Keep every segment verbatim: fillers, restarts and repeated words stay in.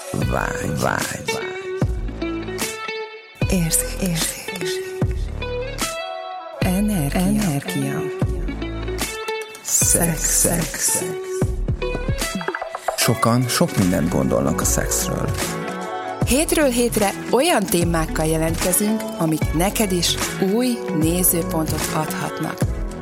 Vágy, vágy, érzék, érzék, energia, energia. Szex, szex. Sokan sok mindent gondolnak a szexről. Hétről hétre olyan témákkal jelentkezünk, amik neked is új nézőpontot adhatnak.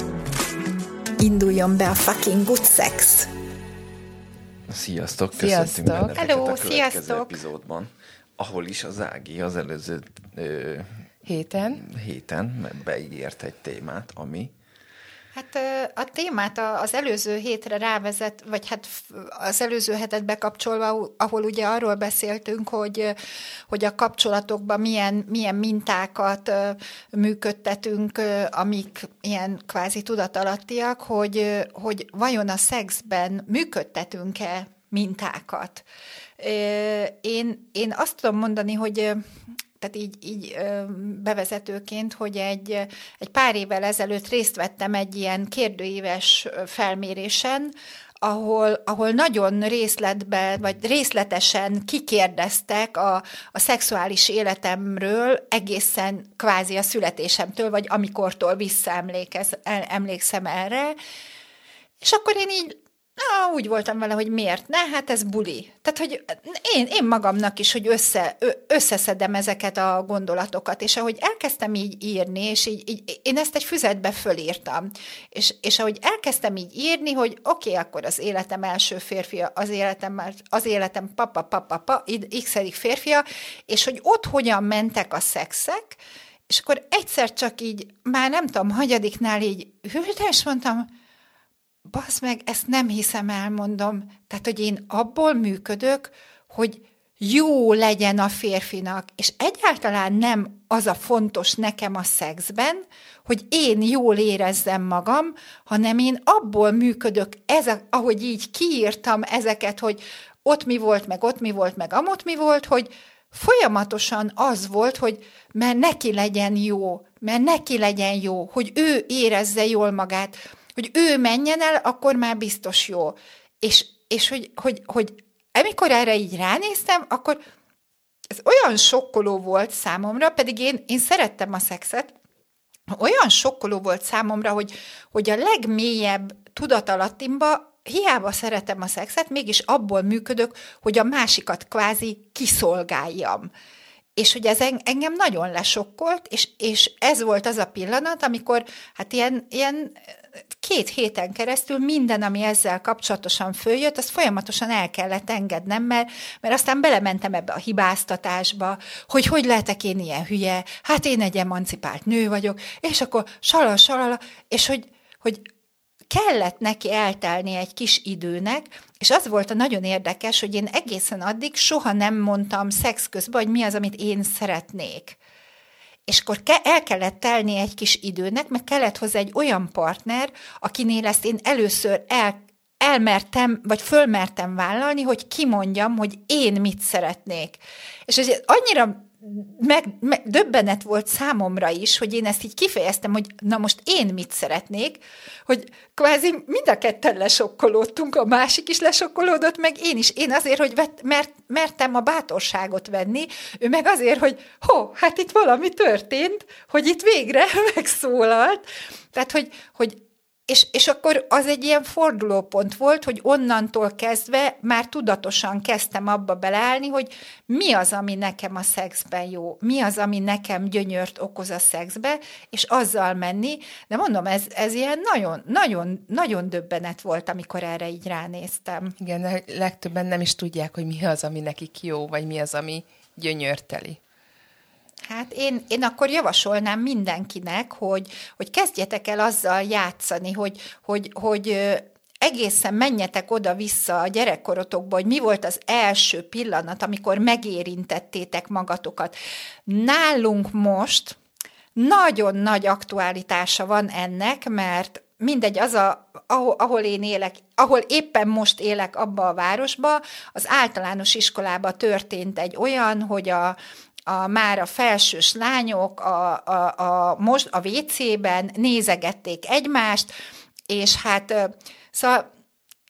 Induljon be a fucking good sex! Sziasztok! Sziasztok. Köszöntünk benneteket Hello, a következő sziasztok. epizódban, ahol is az Ági az előző ö, Héten. héten beígért egy témát, ami... Hát a témát az előző hétre rávezet, vagy hát az előző hetet bekapcsolva, ahol ugye arról beszéltünk, hogy, hogy a kapcsolatokban milyen, milyen mintákat működtetünk, amik ilyen kvázi tudatalattiak, hogy, hogy vajon a szexben működtetünk-e mintákat. Én, én azt tudom mondani, hogy tehát így, így bevezetőként, hogy egy, egy pár évvel ezelőtt részt vettem egy ilyen kérdőíves felmérésen, ahol, ahol nagyon részletben, vagy részletesen kikérdeztek a, a szexuális életemről egészen kvázi a születésemtől, vagy amikortól visszaemlékszem erre, és akkor én így Na, úgy voltam vele, hogy miért ne? Hát ez buli. Tehát, hogy én, én magamnak is, hogy össze, összeszedem ezeket a gondolatokat, és ahogy elkezdtem így írni, és így, így én ezt egy füzetbe fölírtam, és, és ahogy elkezdtem így írni, hogy oké, okay, akkor az életem első férfia, az életem, az életem papa, papa, papa, x-edik férfia, és hogy ott hogyan mentek a szexek, és akkor egyszer csak így, már nem tudom, hagyadiknál így ültem, és mondtam, basz meg, ezt nem hiszem, elmondom. Tehát, hogy én abból működök, hogy jó legyen a férfinak, és egyáltalán nem az a fontos nekem a szexben, hogy én jól érezzem magam, hanem én abból működök, ez a, ahogy így kiírtam ezeket, hogy ott mi volt, meg ott mi volt, meg amott mi volt, hogy folyamatosan az volt, hogy mert neki legyen jó, mert neki legyen jó, hogy ő érezze jól magát, hogy ő menjen el, akkor már biztos jó. És, és hogy, hogy, hogy amikor erre így ránéztem, akkor ez olyan sokkoló volt számomra, pedig én, én szerettem a szexet, olyan sokkoló volt számomra, hogy, hogy a legmélyebb tudatalattimba hiába szeretem a szexet, mégis abból működök, hogy a másikat kvázi kiszolgáljam. És hogy ez engem nagyon lesokkolt, és, és ez volt az a pillanat, amikor hát ilyen, ilyen két héten keresztül minden, ami ezzel kapcsolatosan följött, azt folyamatosan el kellett engednem, mert, mert aztán belementem ebbe a hibáztatásba, hogy hogy lehetek én ilyen hülye, hát én egy emancipált nő vagyok, és akkor salala, salala, és hogy, hogy kellett neki eltelni egy kis időnek, és az volt a nagyon érdekes, hogy én egészen addig soha nem mondtam szex közben, hogy mi az, amit én szeretnék. És akkor el kellett telni egy kis időnek, meg kellett hozzá egy olyan partner, akinél ezt én először el, elmertem, vagy fölmertem vállalni, hogy kimondjam, hogy én mit szeretnék. És ez annyira meg, meg, döbbenet volt számomra is, hogy én ezt így kifejeztem, hogy na most én mit szeretnék, hogy kvázi mind a ketten lesokkolódtunk, a másik is lesokkolódott, meg én is. Én azért, hogy vett, mert, mertem a bátorságot venni, ő meg azért, hogy ho, hát itt valami történt, hogy itt végre megszólalt. Tehát, hogy, hogy És, és akkor az egy ilyen fordulópont volt, hogy onnantól kezdve már tudatosan kezdtem abba beleállni, hogy mi az, ami nekem a szexben jó, mi az, ami nekem gyönyört okoz a szexbe, és azzal menni. De mondom, ez, ez ilyen nagyon, nagyon, nagyon döbbenet volt, amikor erre így ránéztem. Igen, legtöbben nem is tudják, hogy mi az, ami nekik jó, vagy mi az, ami gyönyörteli. Hát én, én akkor javasolnám mindenkinek, hogy, hogy kezdjetek el azzal játszani, hogy, hogy, hogy egészen menjetek oda-vissza a gyerekkorotokba, hogy mi volt az első pillanat, amikor megérintettétek magatokat. Nálunk most nagyon nagy aktualitása van ennek, mert mindegy, az a, ahol, ahol én élek, ahol éppen most élek abba a városba, az általános iskolában történt egy olyan, hogy a A, már a felsős lányok a, a, a, most a vé cében nézegették egymást, és hát szóval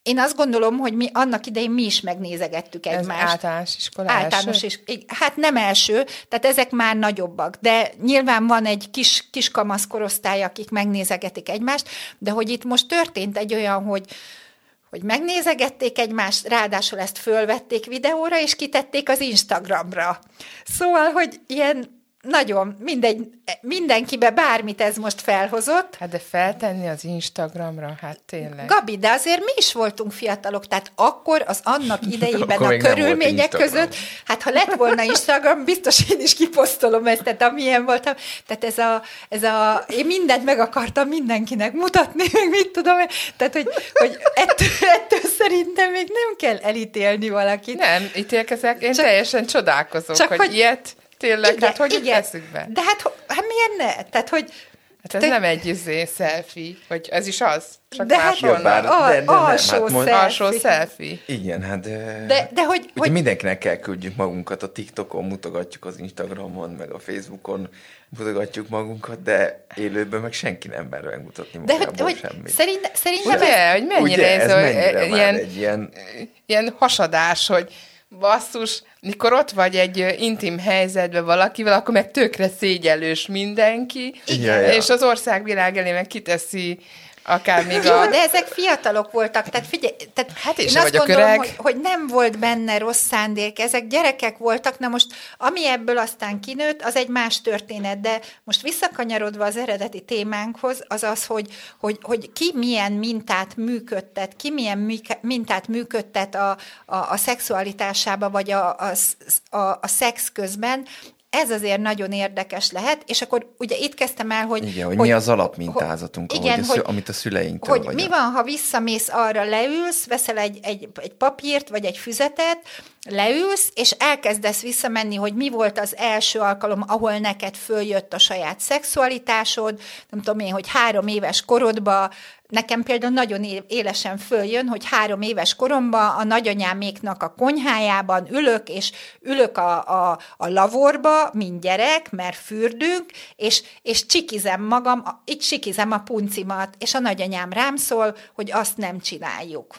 én azt gondolom, hogy mi annak idején mi is megnézegettük egymást. Ez általános iskola Általános is. Hát nem első, tehát ezek már nagyobbak, de nyilván van egy kis, kis kamaszkorosztály, akik megnézegetik egymást, de hogy itt most történt egy olyan, hogy hogy megnézegették egymást, ráadásul ezt fölvették videóra, és kitették az Instagramra. Szóval, hogy ilyen nagyon, mindegy, mindenkibe bármit ez most felhozott. Hát de feltenni az Instagramra, hát tényleg. Gabi, de azért mi is voltunk fiatalok, tehát akkor az annak idejében a körülmények között, hát ha lett volna Instagram, biztos én is kiposztolom ezt, tehát amilyen voltam. Tehát ez a, ez a én mindent meg akartam mindenkinek mutatni, meg mit tudom én. Tehát, hogy, hogy ettől, ettől szerintem még nem kell elítélni valakit. Nem, ítélkezek, én csak, teljesen csodálkozok, csak hogy, hogy ilyet tényleg, igen, hát hogy igen, tesszük be? De hát, hát milyen ne? Tehát, hogy... Hát ez te... nem egy izé, selfie, vagy ez is az? Csak de hát ja, bár, de, de alsó nem, hát selfie. Alsó selfie. Igen, hát... De, de hogy, ugye hogy... mindenkinek kell küldjük magunkat, a TikTokon mutogatjuk, az Instagramon, meg a Facebookon mutogatjuk magunkat, de élőben meg senki nem mer megmutatni magából hogy, semmit. Hogy szerint, szerintem... Ugye, ez, hogy mennyire ugye, ez, ez mennyire ilyen, egy ilyen... ilyen hasadás, hogy basszus, mikor ott vagy egy intim helyzetben valakivel, akkor meg tökre szégyellős mindenki, igen, és az országvilág elé meg kiteszi akár még Jó, a... de ezek fiatalok voltak, tehát figyelj, tehát hát én azt gondolom, hogy, hogy nem volt benne rossz szándék, ezek gyerekek voltak, na most ami ebből aztán kinőtt, az egy más történet, de most visszakanyarodva az eredeti témánkhoz, az az, hogy, hogy, hogy ki milyen mintát működtet, ki milyen mintát működtet a, a, a szexualitásába, vagy a, a, a, a szex közben. Ez azért nagyon érdekes lehet, és akkor ugye itt kezdtem el, hogy... Igen, hogy, hogy mi az alapmintázatunk, hogy, igen, ahogy a szü, amit a szüleinktől hogy vagy. mi van, ha visszamész arra, leülsz, veszel egy, egy, egy papírt, vagy egy füzetet, leülsz, és elkezdesz visszamenni, hogy mi volt az első alkalom, ahol neked följött a saját szexualitásod, nem tudom én, hogy három éves korodban. Nekem például nagyon élesen följön, hogy három éves koromban a nagyanyáméknak a konyhájában ülök, és ülök a, a, a lavorba, mint gyerek, mert fürdünk, és, és csikizem magam, itt csikizem a puncimat, és a nagyanyám rám szól, hogy azt nem csináljuk.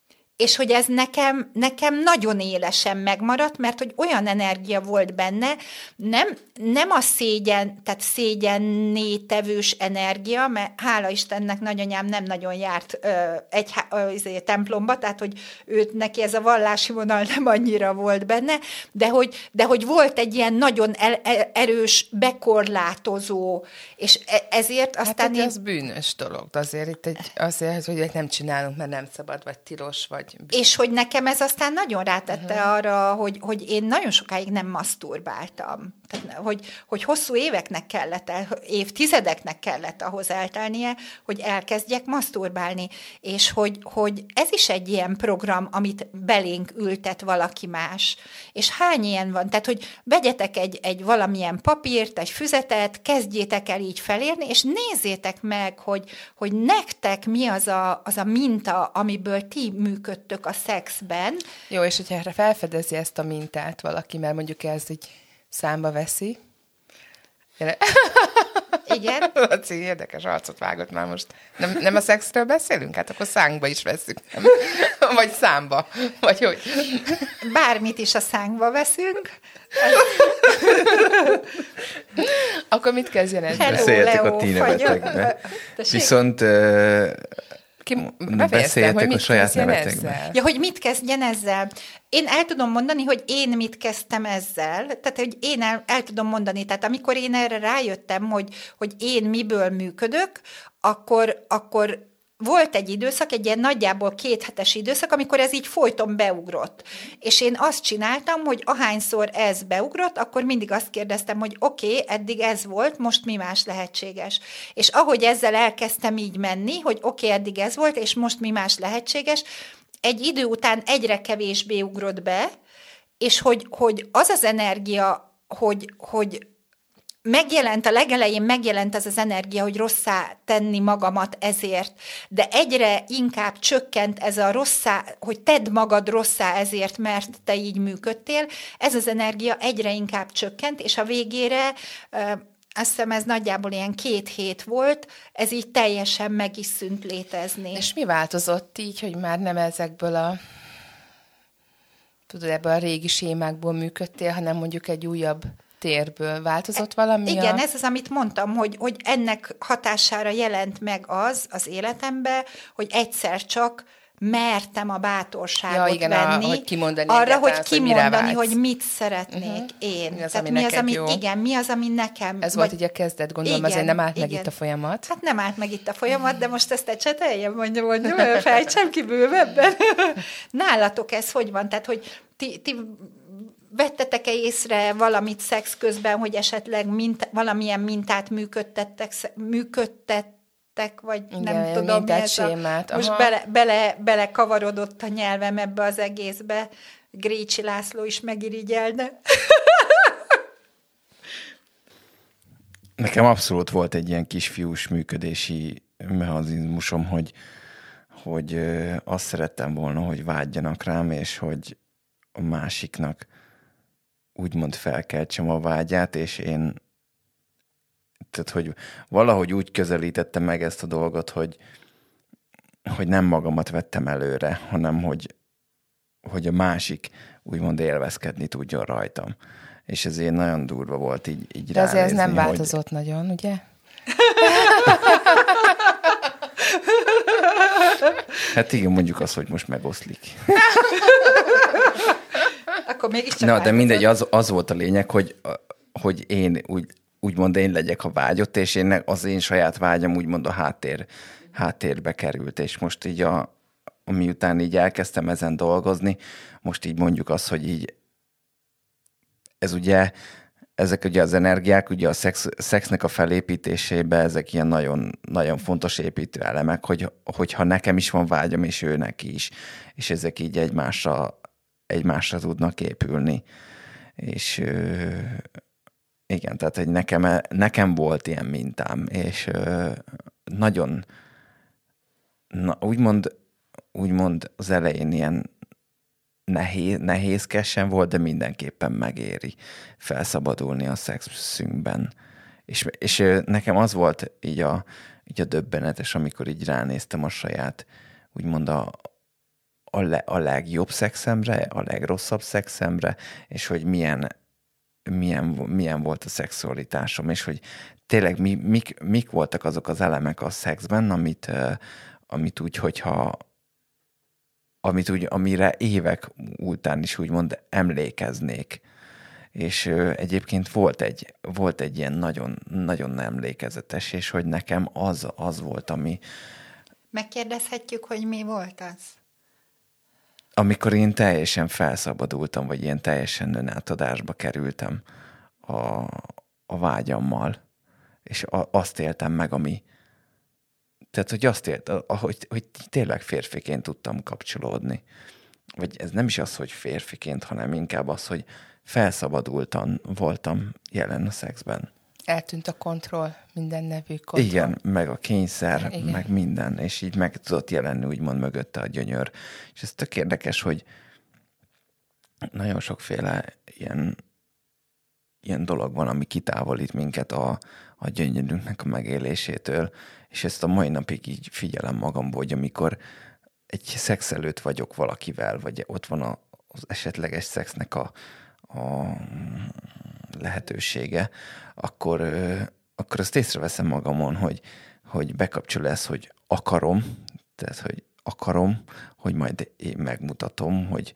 És hogy ez nekem, nekem nagyon élesen megmaradt, mert hogy olyan energia volt benne, nem, nem a szégyen, tehát szégyenné tevős energia, mert hála Istennek nagyanyám nem nagyon járt ö, egy ö, templomba, tehát hogy őt neki ez a vallási vonal nem annyira volt benne, de hogy, de hogy volt egy ilyen nagyon el, erős, bekorlátozó, és ezért aztán... Hát én... ez bűnös dolog, de azért itt egy, azért, hogy nem csinálunk, mert nem szabad, vagy tilos, vagy... És hogy nekem ez aztán nagyon rátette uh-huh. arra, hogy, hogy én nagyon sokáig nem maszturbáltam. Tehát, hogy, hogy hosszú éveknek kellett, évtizedeknek kellett ahhoz eltelnie, hogy elkezdjek maszturbálni. És hogy, hogy ez is egy ilyen program, amit belénk ültet valaki más. És hány ilyen van? Tehát, hogy vegyetek egy, egy valamilyen papírt, egy füzetet, kezdjétek el így felérni, és nézzétek meg, hogy, hogy nektek mi az a, az a minta, amiből ti működtök a szexben. Jó, és hogyha erre felfedezi ezt a mintát valaki, mert mondjuk ez így számba veszi. Igen. Laci, érdekes arcot vágott már most. Nem, nem a szexről beszélünk? Hát akkor szánkba is veszünk. Nem? Vagy számba. Vagy hogy? Bármit is a szánkba veszünk. Akkor mit kezdjen ezzel? Beszéljetek a ti nevetekbe. Viszont... Uh, beszéljetek a saját nevetekben. Ja, hogy mit kezdjen ezzel? Én el tudom mondani, hogy én mit kezdtem ezzel, tehát, hogy én el, el tudom mondani, tehát amikor én erre rájöttem, hogy, hogy én miből működök, akkor, akkor volt egy időszak, egy ilyen nagyjából két hetes időszak, amikor ez így folyton beugrott. És én azt csináltam, hogy ahányszor ez beugrott, akkor mindig azt kérdeztem, hogy oké, okay, eddig ez volt, most mi más lehetséges. És ahogy ezzel elkezdtem így menni, hogy oké, okay, eddig ez volt, és most mi más lehetséges, egy idő után egyre kevésbé ugrott be, és hogy, hogy az az energia, hogy, hogy megjelent, a legelején megjelent ez az energia, hogy rosszá tenni magamat ezért, de egyre inkább csökkent ez a rosszá, hogy tedd magad rosszá ezért, mert te így működtél, ez az energia egyre inkább csökkent, és a végére azt hiszem ez nagyjából ilyen két hét volt, ez így teljesen meg is szűnt létezni. És mi változott így, hogy már nem ezekből a tudod, ebből a régi sémákból működtél, hanem mondjuk egy újabb térből változott valami? Igen, a... ez az, amit mondtam, hogy, hogy ennek hatására jelent meg az az életembe, hogy egyszer csak mertem a bátorságot ja, igen, venni, a, hogy kimondani arra, hogy az, kimondani, hogy, hogy mit szeretnék uh-huh. én. Mi az, Tehát ami mi az, ami, jó. igen, mi az, ami nekem... Ez vagy, volt így a kezdet, gondolom, igen, azért nem állt igen. meg itt a folyamat. Hát nem állt meg itt a folyamat, de most ezt egy cseteljem, mondjam, mondjam, fejtsem ki bővebben. Nálatok ez hogy van? Tehát, hogy ti, ti vettetek-e észre valamit szex közben, hogy esetleg mint, valamilyen mintát működtettek, működtettek, vagy igen, nem tudom, mi ez sémát. A, most bele, bele, bele kavarodott a nyelvem ebbe az egészbe. Grécsi László is megirigyelne. Nekem abszolút volt egy ilyen kisfiús működési mechanizmusom, hogy, hogy azt szerettem volna, hogy vágyjanak rám, és hogy a másiknak úgymond felkeltsem a vágyát, és én tehát, hogy valahogy úgy közelítettem meg ezt a dolgot, hogy, hogy nem magamat vettem előre, hanem hogy, hogy a másik úgymond élvezkedni tudjon rajtam. És ezért nagyon durva volt így, így de azért ez nem hogy... változott nagyon, ugye? Hát igen, mondjuk azt, hogy most megoszlik. Akkor mégiscsak Na, de változott. mindegy, az, az volt a lényeg, hogy, hogy én úgy, úgymond én legyek a vágyott, és én, az én saját vágyam úgymond a háttér, háttérbe került, és most így a, miután így elkezdtem ezen dolgozni, most így mondjuk azt, hogy így ez ugye, ezek ugye az energiák, ugye a szex, szexnek a felépítésébe ezek ilyen nagyon, nagyon fontos építő elemek, hogy, hogyha nekem is van vágyam, és ő neki is, és ezek így egymásra, egymásra tudnak épülni. És igen, tehát hogy nekem, nekem volt ilyen mintám, és nagyon, na, úgymond, úgymond az elején ilyen nehéz, nehézkesen volt, de mindenképpen megéri felszabadulni a szexünkben. És, és nekem az volt így a, így a döbbenetes, amikor így ránéztem a saját, úgymond a, a, le, a legjobb szexemre, a legrosszabb szexemre, és hogy milyen, milyen, milyen volt a szexualitásom, és hogy tényleg mi, mik, mik voltak azok az elemek a szexben, amit, amit úgy, hogyha amit úgy, amire évek után is úgymond emlékeznék. És ö, egyébként volt egy, volt egy ilyen nagyon, nagyon emlékezetes, és hogy nekem az, az volt, ami... Megkérdezhetjük, hogy mi volt az? Amikor én teljesen felszabadultam, vagy ilyen teljesen önátadásba kerültem a, a vágyammal, és a, azt éltem meg, ami... Tehát, hogy azt élt, hogy, hogy tényleg férfiként tudtam kapcsolódni. Vagy ez nem is az, hogy férfiként, hanem inkább az, hogy felszabadultan voltam jelen a szexben. Eltűnt a kontroll, minden nevű kontroll. Igen, meg a kényszer, igen. meg minden, és így meg tudott jelenni úgymond mögötte a gyönyör. És ez tök érdekes, hogy nagyon sokféle ilyen, ilyen dolog van, ami kitávolít minket a, a gyönyörünknek a megélésétől, és ezt a mai napig így figyelem magamból, hogy amikor egy szex előtt vagyok valakivel, vagy ott van a, az esetleges szexnek a, a lehetősége, akkor, akkor azt észreveszem magamon, hogy, hogy bekapcsol ez, hogy akarom, tehát, hogy akarom, hogy majd én megmutatom, hogy,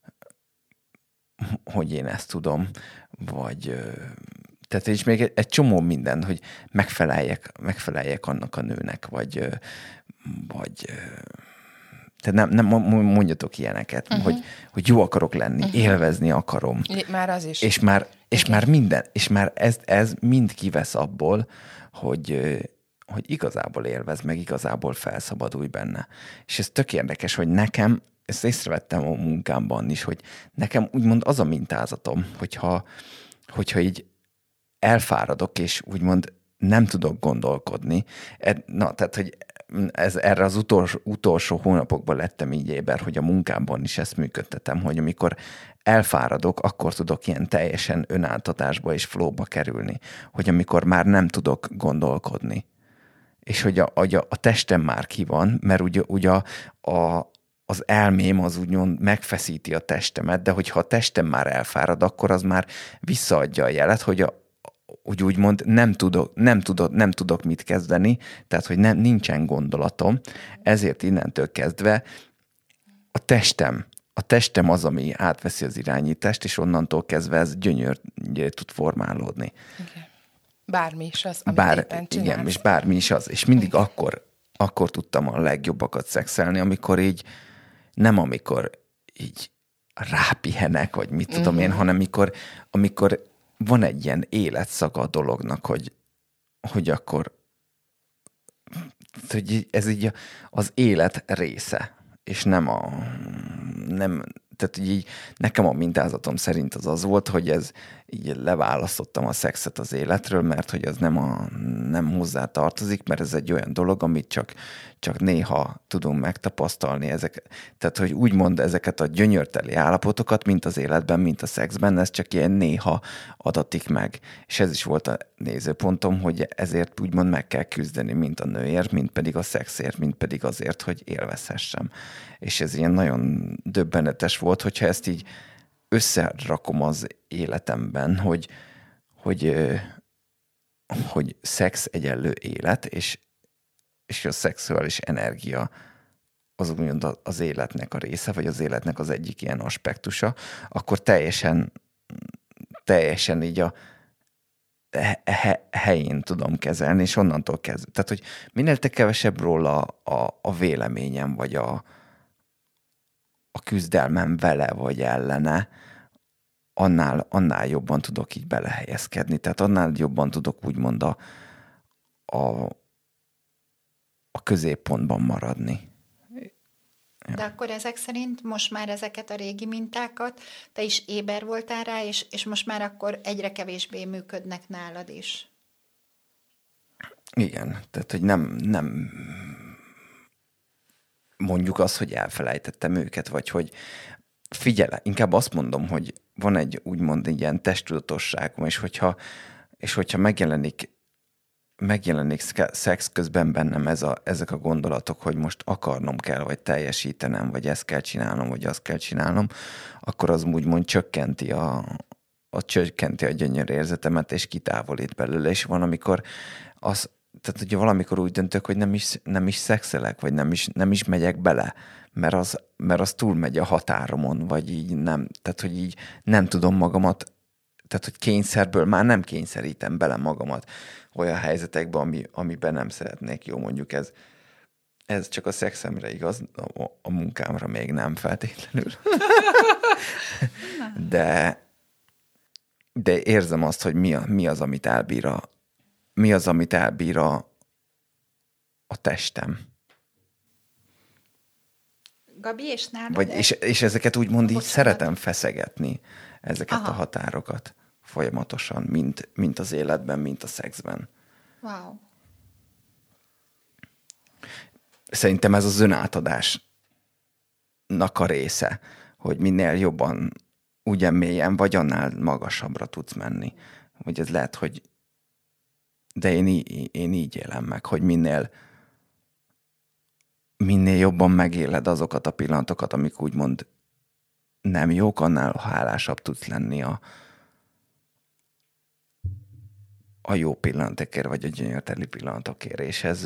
hogy én ezt tudom, vagy... Tehát és még egy, egy csomó minden, hogy megfeleljek, megfeleljek annak a nőnek, vagy, vagy tehát nem, nem mondjatok ilyeneket, uh-huh. hogy, hogy jó akarok lenni, uh-huh. élvezni akarom. Már az is. És már, és már minden, és már ez, ez mind kivesz abból, hogy, hogy igazából élvez, meg igazából felszabadulj benne. És ez tök érdekes, hogy nekem, ezt észrevettem a munkámban is, hogy nekem úgymond az a mintázatom, hogyha, hogyha így elfáradok, és úgymond nem tudok gondolkodni. Na, tehát, hogy ez, erre az utolsó, utolsó hónapokban lettem így éber, hogy a munkámban is ezt működtetem, hogy amikor elfáradok, akkor tudok ilyen teljesen önáltatásba és flowba kerülni, hogy amikor már nem tudok gondolkodni, és hogy a, a, a testem már ki van, mert ugye, ugye a, a, az elmém az úgymond megfeszíti a testemet, de hogyha a testem már elfárad, akkor az már visszaadja a jelet, hogy a úgy úgymond nem tudok, nem, tudok, nem tudok mit kezdeni, tehát, hogy nem, nincsen gondolatom, ezért innentől kezdve a testem, a testem az, ami átveszi az irányítást, és onnantól kezdve ez gyönyörűen tud formálódni. Igen. Bármi is az, amit Bár, éppen csinálsz. Igen, és bármi is az. És mindig akkor, akkor tudtam a legjobbakat szexelni, amikor így, nem amikor így rápihenek, vagy mit tudom uh-huh. én, hanem amikor, amikor van egy ilyen életszaka a dolognak, hogy, hogy akkor hogy ez így az élet része, és nem a nem, tehát így nekem a mintázatom szerint az az volt, hogy ez így leválasztottam a szexet az életről, mert hogy az nem, a, nem hozzá tartozik, mert ez egy olyan dolog, amit csak, csak néha tudunk megtapasztalni. Ezek, tehát, hogy úgymond ezeket a gyönyörteli állapotokat, mint az életben, mint a szexben, ez csak ilyen néha adatik meg. És ez is volt a nézőpontom, hogy ezért úgymond meg kell küzdeni, mint a nőért, mint pedig a szexért, mint pedig azért, hogy élvezhessem. És ez ilyen nagyon döbbenetes volt, hogyha ezt így összerakom az életemben, hogy, hogy, hogy szex egyenlő élet, és, és a szexuális energia az úgymond az életnek a része, vagy az életnek az egyik ilyen aspektusa, akkor teljesen, teljesen így a he- helyén tudom kezelni, és onnantól kezdve. Tehát, hogy minél te kevesebb róla a, a véleményem, vagy a, a küzdelmem vele, vagy ellene, annál, annál jobban tudok így belehelyezkedni. Tehát annál jobban tudok úgymond a, a, a középpontban maradni. De akkor ezek szerint most már ezeket a régi mintákat, te is éber voltál rá, és, és most már akkor egyre kevésbé működnek nálad is. Igen, tehát hogy nem, nem mondjuk azt, hogy elfelejtettem őket, vagy hogy figyelj, inkább azt mondom, hogy van egy úgymond ilyen testtudatosságom, és hogyha, és hogyha megjelenik, megjelenik szex közben bennem ez a, ezek a gondolatok, hogy most akarnom kell, vagy teljesítenem, vagy ezt kell csinálnom, vagy azt kell csinálnom, akkor az úgymond csökkenti a, a, csökkenti a gyönyörérzetemet, és kitávolít belőle, és van, amikor az, tehát ugye valamikor úgy döntök, hogy nem is, nem is szexelek, vagy nem is, nem is megyek bele, mert az, mert az túlmegy a határomon, vagy így nem, tehát hogy így nem tudom magamat, tehát hogy kényszerből már nem kényszerítem bele magamat olyan helyzetekbe, ami, amiben nem szeretnék. Jó, mondjuk ez, ez csak a szexemre igaz, a, a munkámra még nem feltétlenül. de, de érzem azt, hogy mi, a, mi az, amit elbír a, mi az, amit elbír a, a testem. Gabi, és nálad? Vagy, és, és ezeket úgymond így szeretem feszegetni, ezeket Aha. a határokat folyamatosan, mint, mint az életben, mint a szexben. Wow. Szerintem ez az önátadásnak a része, hogy minél jobban ugyan mélyen, vagy annál magasabbra tudsz menni. Vagy ez lehet, hogy de én, í- én így élem meg, hogy minél minél jobban megéled azokat a pillanatokat, amik úgymond nem jók, annál hálásabb tudsz lenni a, a jó pillanatokért, vagy a gyönyörteli pillanatokért. És ez...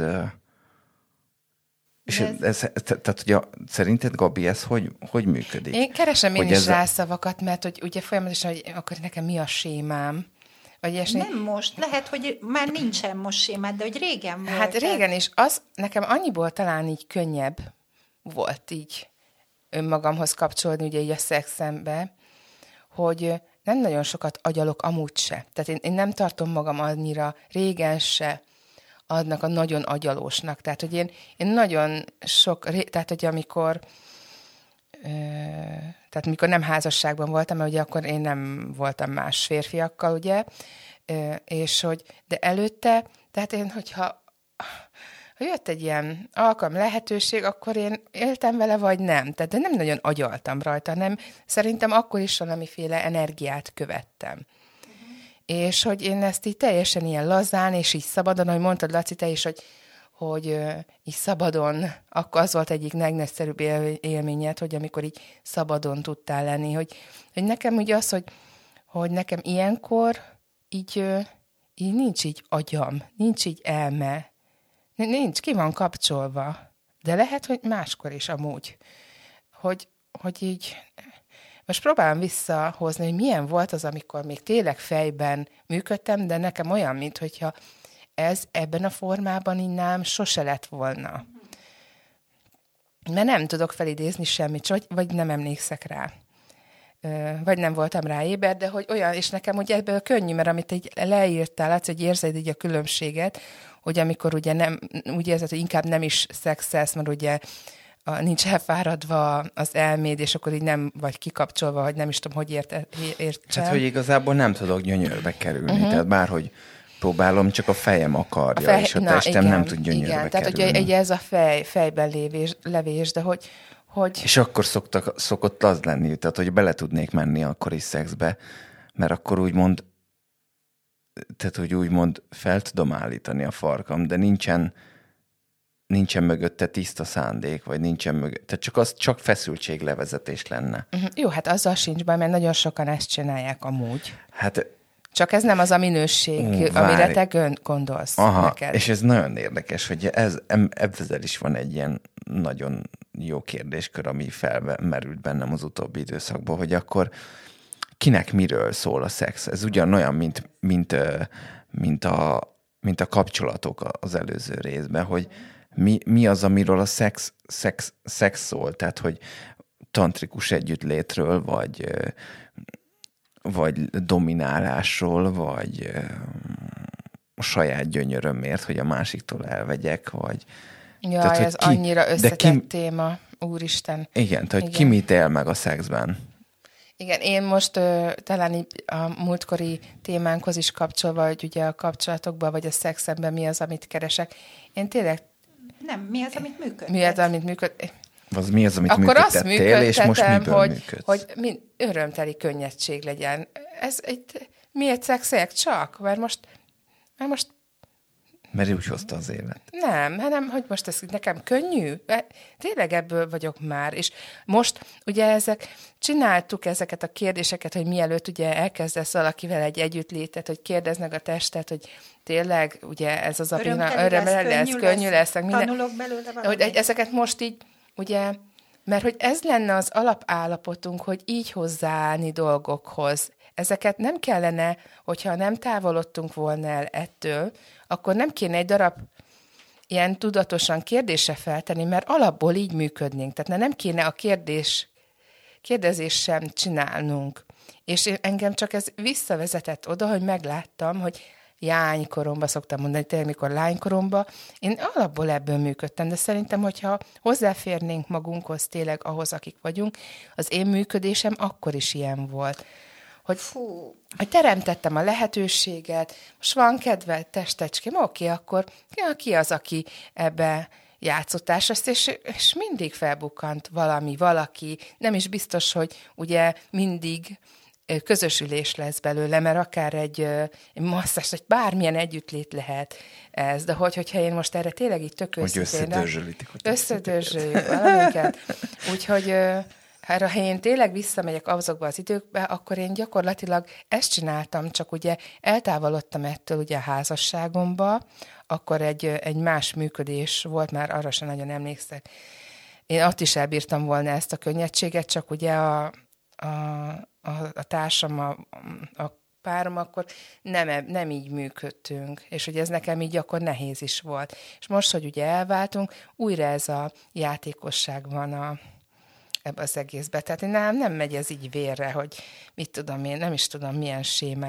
És ez, ez, ez tehát, hogy a, szerinted, Gabi, ez hogy, hogy működik? Én keresem én hogy is ez rá szavakat, mert hogy ugye folyamatosan, hogy akkor nekem mi a sémám? Vagy ilyesmi. Nem most, lehet, hogy már nincsen most sémád, de hogy régen volt. Hát régen is. Az nekem annyiból talán így könnyebb volt így önmagamhoz kapcsolódni, ugye így a szexembe, hogy nem nagyon sokat agyalok amúgy se. Tehát én, én nem tartom magam annyira régen se adnak a nagyon agyalósnak. Tehát, hogy én, én nagyon sok, tehát, hogy amikor ö, tehát amikor nem házasságban voltam, mert ugye akkor én nem voltam más férfiakkal, ugye, ö, és hogy, de előtte, tehát én, hogyha ha jött egy ilyen alkalom, lehetőség, akkor én éltem vele, vagy nem. Tehát de nem nagyon agyaltam rajta, nem. Szerintem akkor is valamiféle energiát követtem. Uh-huh. És hogy én ezt így teljesen ilyen lazán, és így szabadon, ahogy mondtad, Laci, te is, hogy, hogy uh, így szabadon, akkor az volt egyik legnagyszerűbb él- élményed, hogy amikor így szabadon tudtál lenni, hogy, hogy nekem ugye az, hogy, hogy nekem ilyenkor így, uh, így nincs így agyam, nincs így elme, nincs, ki van kapcsolva, de lehet, hogy máskor is amúgy, hogy, hogy így, most próbálom visszahozni, hogy milyen volt az, amikor még tényleg fejben működtem, de nekem olyan, mintha ez ebben a formában innám sose lett volna. Mert nem tudok felidézni semmit, vagy, vagy nem emlékszek rá. Vagy nem voltam rá éber, de hogy olyan, és nekem ugye ebből könnyű, mert amit így leírtál, látsz, hogy érzed így a különbséget, hogy amikor ugye nem, úgy érzed, hogy inkább nem is szexelsz, mert ugye a, nincs elfáradva az elméd, és akkor így nem vagy kikapcsolva, hogy nem is tudom, hogy érte, értsem. Hát, hogy igazából nem tudok gyönyörbe kerülni, uh-huh. tehát bárhogy próbálom, csak a fejem akarja, a fej, és a testem na, igen, nem tud gyönyörbe igen, kerülni. Tehát ugye, ugye ez a fej, fejben lévés, levés, de hogy Hogy... És akkor szoktak, szokott az lenni, tehát hogy bele tudnék menni akkor is szexbe, mert akkor úgymond, tehát hogy úgymond fel tudom állítani a farkam, de nincsen, nincsen mögötte tiszta szándék, vagy nincsen mögött, tehát csak az csak feszültséglevezetés lenne. Uh-huh. Jó, hát azzal sincs baj, mert nagyon sokan ezt csinálják amúgy. Hát... Csak ez nem az a minőség, uh, amire te gön- gondolsz. Aha, neked. És ez nagyon érdekes, hogy ez, ezzel is van egy ilyen nagyon jó kérdéskör, ami felmerült bennem az utóbbi időszakban, hogy akkor kinek miről szól a szex? Ez ugyanolyan, mint, mint, mint, a, mint a kapcsolatok az előző részben, hogy mi, mi az, amiről a szex, szex, szex szól, tehát hogy tantrikus együttlétről, vagy... vagy dominálásról, vagy a saját gyönyörömért, hogy a másiktól elvegyek, vagy... Jaj, tehát, ez ki, annyira összetett ki, téma, úristen. Igen, tehát ki mit él meg a szexben? Igen, én most ö, talán így a múltkori témánkhoz is kapcsolva, hogy ugye a kapcsolatokban, vagy a szexemben mi az, amit keresek. Én tényleg... Nem, mi az, amit működtet? Mi az, amit működ... Az mi az, amit akkor működtettél, és most miből hogy, működsz? hogy mind, örömteli könnyedség legyen. Ez egy, miért szexelek csak? Mert most, mert most... Mert úgy hozta az élet. Nem, hanem, hogy most ez nekem könnyű. Tényleg ebből vagyok már. És most ugye ezek, csináltuk ezeket a kérdéseket, hogy mielőtt ugye elkezdesz valakivel egy együttlétet, hogy kérdeznek a testet, hogy tényleg ugye ez az a pillanat, örömteli lesz, könnyű lesz, könnyű lesz, lesz minden. Tanulok belőle valamit. Hogy ezeket most így, ugye, mert hogy ez lenne az alapállapotunk, hogy így hozzáállni dolgokhoz. Ezeket nem kellene, hogyha nem távolodtunk volna el ettől, akkor nem kéne egy darab ilyen tudatosan kérdésre feltenni, mert alapból így működnénk. Tehát nem kéne a kérdés, kérdezés sem csinálnunk. És engem csak ez visszavezetett oda, hogy megláttam, hogy lánykoromban szoktam mondani, tényleg mikor lánykoromban, én alapból ebből működtem, de szerintem, hogyha hozzáférnénk magunkhoz tényleg ahhoz, akik vagyunk, az én működésem akkor is ilyen volt. Hogy, hogy teremtettem a lehetőséget, most van kedve testecském, oké, akkor ja, ki az, aki ebbe játszottás lesz, és, és mindig felbukkant valami, valaki, nem is biztos, hogy ugye mindig közösülés lesz belőle, mert akár egy, egy masszás, vagy bármilyen együttlét lehet ez, de hogy, hogyha én most erre tényleg így tök őszintén... Hogy összedörzsölitik. Összedörzsöljük valamiket. Úgyhogy ha én tényleg visszamegyek azokba az időkbe, akkor én gyakorlatilag ezt csináltam, csak ugye eltávolodtam ettől ugye a házasságomba, akkor egy, egy más működés volt, már arra sem nagyon emlékszek. Én ott is elbírtam volna ezt a könnyedséget, csak ugye a, a, a, a társam, a, a párom, akkor nem, nem így működtünk, és ugye ez nekem így akkor nehéz is volt. És most, hogy ugye elváltunk, újra ez a játékosság van a ebbe az egészbe. Tehát nem, nem megy ez így vérre, hogy mit tudom én, nem is tudom milyen sémák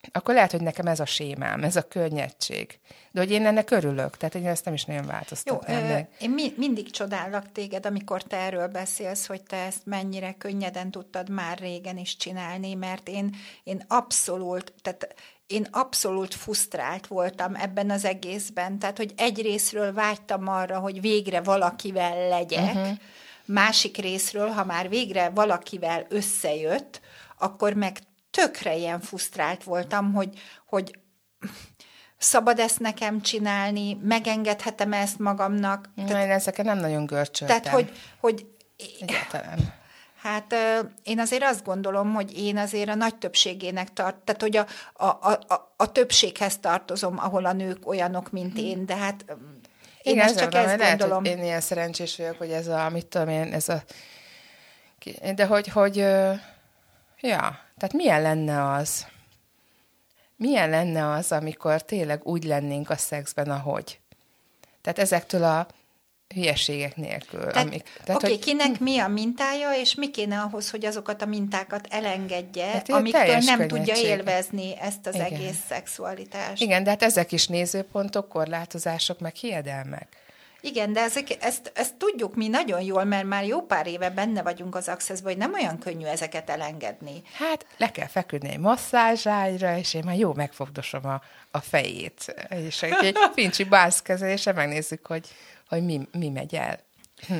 akkor lehet, hogy nekem ez a sémám, ez a könnyedség. De hogy én ennek örülök, tehát én ezt nem is nagyon változtatnám. Jó, meg. Én mi, mindig csodálok téged, amikor te erről beszélsz, hogy te ezt mennyire könnyeden tudtad már régen is csinálni, mert én, én abszolút, tehát én abszolút frusztrált voltam ebben az egészben, tehát hogy egy részről vágytam arra, hogy végre valakivel legyek, uh-huh. másik részről, ha már végre valakivel összejött, akkor meg tökre ilyen frusztrált voltam, hogy, hogy szabad ezt nekem csinálni, megengedhetem ezt magamnak. Na, tehát, én ezeket nem nagyon görcsöltem. Tehát, hogy... hogy egyáltalán. Hát én azért azt gondolom, hogy én azért a nagy többségének tart, tehát hogy a, a, a, a többséghez tartozom, ahol a nők olyanok, mint én, de hát én igen, ezt csak ezt lehet, gondolom. Hogy én ilyen szerencsés vagyok, hogy ez a, mit tudom én, ez a... De hogy, hogy ja, tehát milyen lenne az, milyen lenne az, amikor tényleg úgy lennénk a szexben, ahogy. Tehát ezektől a hülyeségek nélkül. Tehát, amik, tehát oké, hogy, kinek mi a mintája, és mi kéne ahhoz, hogy azokat a mintákat elengedje, hát amiktől nem könnyedség. tudja élvezni ezt az igen. egész szexualitást. Igen, de hát ezek is nézőpontok, korlátozások, meg hiedelmek. Igen, de ezek, ezt, ezt tudjuk mi nagyon jól, mert már jó pár éve benne vagyunk az Accessben, hogy nem olyan könnyű ezeket elengedni. Hát le kell feküdni egy masszázságyra, és én már jó megfogdosom a, a fejét. És egy fincsi bászkezelése megnézzük, hogy, hogy mi, mi megy el. Hm.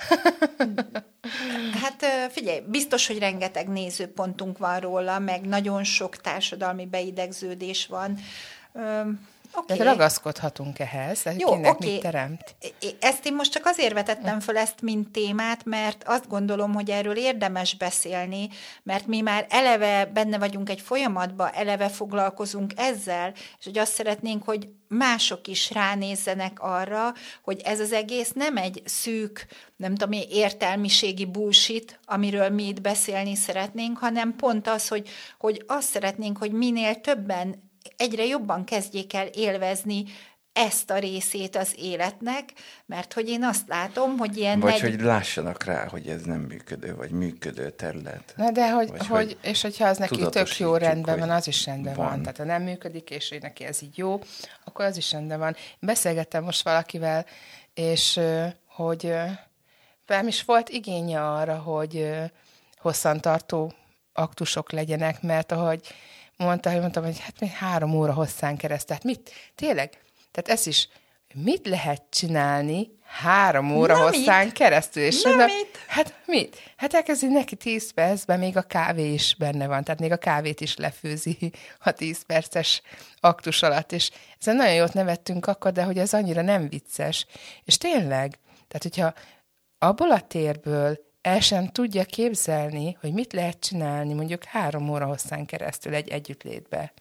Hát figyelj, biztos, hogy rengeteg nézőpontunk van róla, meg nagyon sok társadalmi beidegződés van. Okay. De ragaszkodhatunk ehhez, de jó, kinek okay. mit teremt? Ezt én most csak azért vetettem föl ezt, mint témát, mert azt gondolom, hogy erről érdemes beszélni, mert mi már eleve benne vagyunk egy folyamatban, eleve foglalkozunk ezzel, és hogy azt szeretnénk, hogy mások is ránézzenek arra, hogy ez az egész nem egy szűk, nem tudom én, értelmiségi bullshit, amiről mi itt beszélni szeretnénk, hanem pont az, hogy, hogy azt szeretnénk, hogy minél többen egyre jobban kezdjék el élvezni ezt a részét az életnek, mert hogy én azt látom, hogy ilyen... Vagy negy... hogy lássanak rá, hogy ez nem működő, vagy működő terület. Na de hogy, vagy, hogy, hogy és hogyha az neki tök jó rendben van, az is rendben van. van. Tehát ha nem működik, és neki ez így jó, akkor az is rendben van. Beszélgettem most valakivel, és hogy velem is volt igénye arra, hogy hosszantartó aktusok legyenek, mert ahogy mondta, hogy mondtam, hogy hát még három óra hosszán kereszt. Tehát mit? Tényleg? Tehát ez is, mit lehet csinálni három óra Na hosszán mit? keresztül? És Na mondom, mit? Hát mit? Hát elkezdi neki tíz percben, még a kávé is benne van, tehát még a kávét is lefőzi a tíz perces aktus alatt, és ezen nagyon jót nevettünk akkor, de hogy ez annyira nem vicces. És tényleg, tehát hogyha abból a térből el sem tudja képzelni, hogy mit lehet csinálni mondjuk három óra hosszán keresztül egy együttlétbe.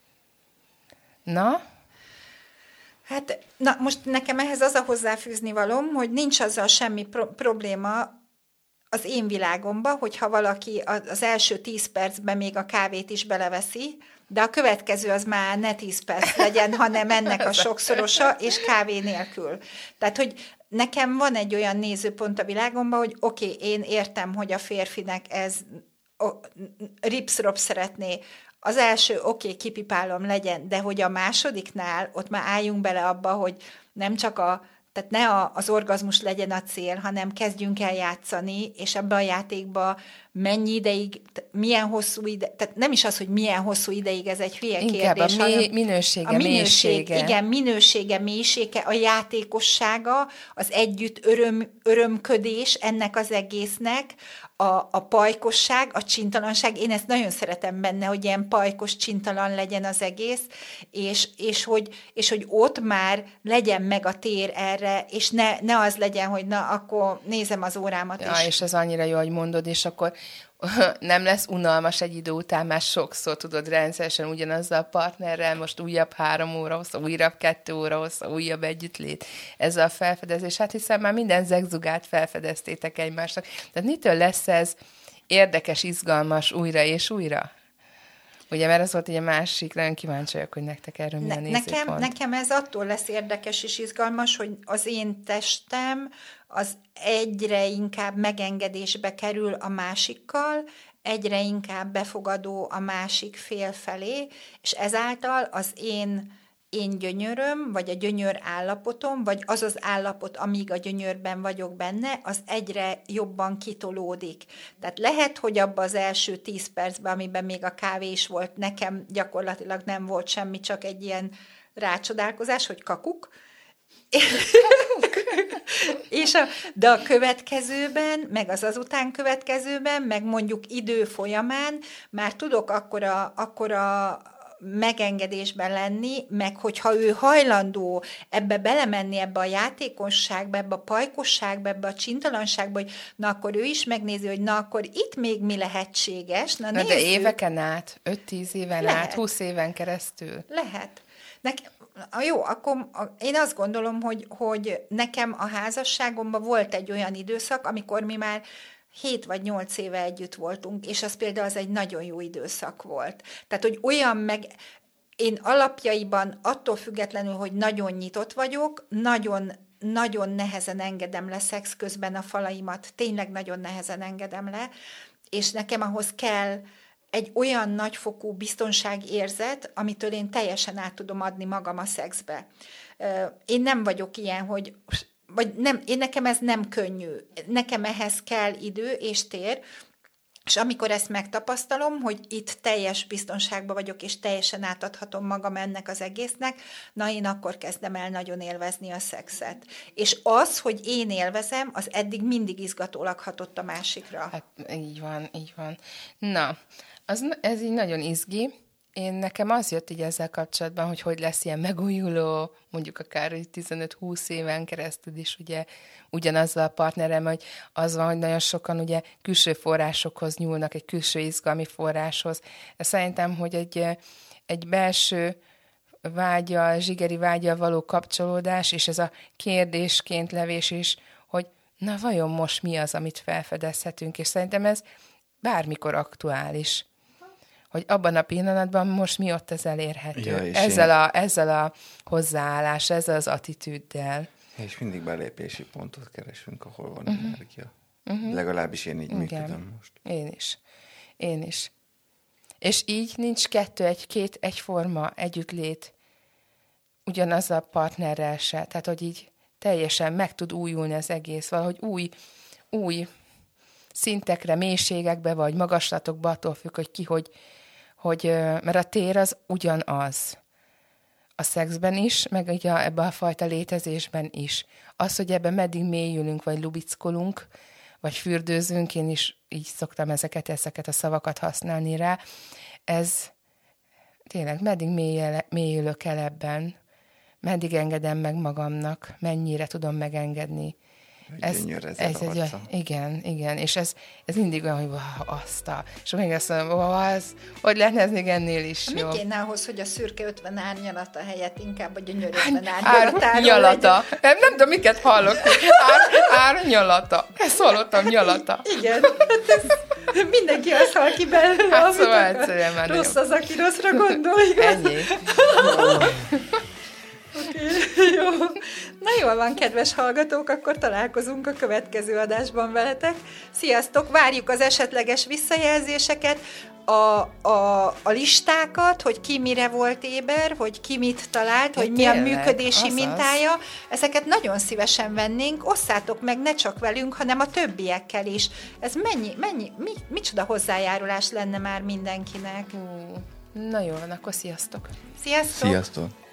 Na? Hát, na most nekem ehhez az a hozzáfűzni valóm, hogy nincs azzal semmi pro- probléma az én világomban, hogyha valaki az első tíz percben még a kávét is beleveszi, de a következő az már ne tíz perc legyen, hanem ennek a sokszorosa, és kávé nélkül. Tehát, hogy nekem van egy olyan nézőpont a világomban, hogy oké, okay, én értem, hogy a férfinek ez ripsz-rops szeretné. Az első, oké, okay, kipipálom legyen, de hogy a másodiknál ott már álljunk bele abba, hogy nem csak a, tehát ne a, az orgazmus legyen a cél, hanem kezdjünk el játszani, és ebbe a játékba mennyi ideig, milyen hosszú ide, tehát nem is az, hogy milyen hosszú ideig, ez egy hülye Inkább kérdés. a mi, minősége, a minőség, mélysége. Igen, minősége, mélysége, a játékossága, az együtt öröm, örömködés ennek az egésznek, a, a pajkosság, a csintalanság. Én ezt nagyon szeretem benne, hogy ilyen pajkos, csintalan legyen az egész, és, és, hogy, és hogy ott már legyen meg a tér erre, és ne, ne az legyen, hogy na, akkor nézem az órámat. Ja, és, és ez annyira jó, hogy mondod, és akkor nem lesz unalmas egy idő után, már sokszor tudod rendszeresen ugyanazzal a partnerrel, most újabb három óra hossza, újabb kettő óra hossza, újabb együttlét. Ez a felfedezés, hát hiszen már minden zegzugát felfedeztétek egymásnak. Tehát mitől lesz ez érdekes, izgalmas újra és újra? Ugye, mert az volt egy másik, nagyon kíváncsi vagyok, hogy nektek erről mi a ne, nézőpont. nekem, nekem ez attól lesz érdekes és izgalmas, hogy az én testem az egyre inkább megengedésbe kerül a másikkal, egyre inkább befogadó a másik fél felé, és ezáltal az én én gyönyöröm, vagy a gyönyör állapotom, vagy az az állapot, amíg a gyönyörben vagyok benne, az egyre jobban kitolódik. Tehát lehet, hogy abban az első tíz percben, amiben még a kávé is volt, nekem gyakorlatilag nem volt semmi, csak egy ilyen rácsodálkozás, hogy kakuk. És a, de a következőben, meg az azután következőben, meg mondjuk idő folyamán már tudok akkora, akkora megengedésben lenni, meg hogyha ő hajlandó ebbe belemenni, ebbe a játékosságba, ebbe a pajkosságba, ebbe a csintalanságba, hogy na akkor ő is megnézi, hogy na akkor itt még mi lehetséges. Na, na de éveken át, öt-tíz éven lehet. át, húsz éven keresztül. Lehet. Nekem, jó, akkor én azt gondolom, hogy, hogy nekem a házasságomban volt egy olyan időszak, amikor mi már hét vagy nyolc éve együtt voltunk, és az például az egy nagyon jó időszak volt. Tehát, hogy olyan meg... Én alapjaiban attól függetlenül, hogy nagyon nyitott vagyok, nagyon, nagyon nehezen engedem le szex közben a falaimat, tényleg nagyon nehezen engedem le, és nekem ahhoz kell egy olyan nagyfokú biztonságérzet, amitől én teljesen át tudom adni magam a szexbe. Én nem vagyok ilyen, hogy... vagy nem, én nekem ez nem könnyű. Nekem ehhez kell idő és tér, és amikor ezt megtapasztalom, hogy itt teljes biztonságban vagyok, és teljesen átadhatom magam ennek az egésznek, na én akkor kezdem el nagyon élvezni a szexet. És az, hogy én élvezem, az eddig mindig izgatólag hatott a másikra. Hát így van, így van. Na, az, ez így nagyon izgi. Én nekem az jött így ezzel kapcsolatban, hogy hogy lesz ilyen megújuló, mondjuk akár tizenöt-húsz éven keresztül is ugye ugyanazzal a partnerem, hogy az van, hogy nagyon sokan ugye külső forrásokhoz nyúlnak, egy külső izgalmi forráshoz. Szerintem, hogy egy, egy belső vágya, zsigeri vágya való kapcsolódás, és ez a kérdésként levés is, hogy na vajon most mi az, amit felfedezhetünk, és szerintem ez bármikor aktuális. Hogy abban a pillanatban most mi ott ez elérhető. Ja, ezzel, én... a, ezzel a hozzáállás, ezzel az attitűddel. És mindig belépési pontot keresünk, ahol van uh-huh. energia. Uh-huh. Legalábbis én így Igen. működöm most. Én is. Én is. És így nincs kettő, egy, két, egyforma együttlét ugyanaz a partnerrel se. Tehát, hogy így teljesen meg tud újulni az egész, valahogy új, új szintekre, mélységekbe, vagy magaslatokba, attól függ, hogy ki, hogy, hogy mert a tér az ugyanaz. A szexben is, meg ugye ebben a fajta létezésben is. Az, hogy ebben meddig mélyülünk, vagy lubickolunk, vagy fürdőzünk, én is így szoktam ezeket, ezeket a szavakat használni rá. Ez tényleg meddig mélyel, mélyülök el ebben, meddig engedem meg magamnak, mennyire tudom megengedni. Ez, ez, ez egy, igen, igen, és ez, ez mindig olyan, hogy wow, azt a, és még azt mondom, wow, az, hogy lehetne ez még ennél is jó. Mi kéne ahhoz, hogy a szürke ötven árnyalata helyett inkább a gyönyör ötven árnyalatáról Árnyalata. Nem, nem tudom, miket hallok. Ár, árnyalata. Ezt hallottam, nyalata. Igen, hát ez mindenki azt hall ki belőle, hát szóval egyszerűen már rossz az, aki rosszra gondol, igaz? Ennyi. Okay, jó. Na jól van, kedves hallgatók, akkor találkozunk a következő adásban veletek. Sziasztok, várjuk az esetleges visszajelzéseket, a, a, a listákat, hogy ki mire volt éber, hogy ki mit talált, ja, hogy mi a működési azaz. mintája. Ezeket nagyon szívesen vennénk, osszátok meg ne csak velünk, hanem a többiekkel is. Ez mennyi, mennyi, mi, micsoda hozzájárulás lenne már mindenkinek. Hú, na jó, akkor sziasztok! Sziasztok! Sziasztok!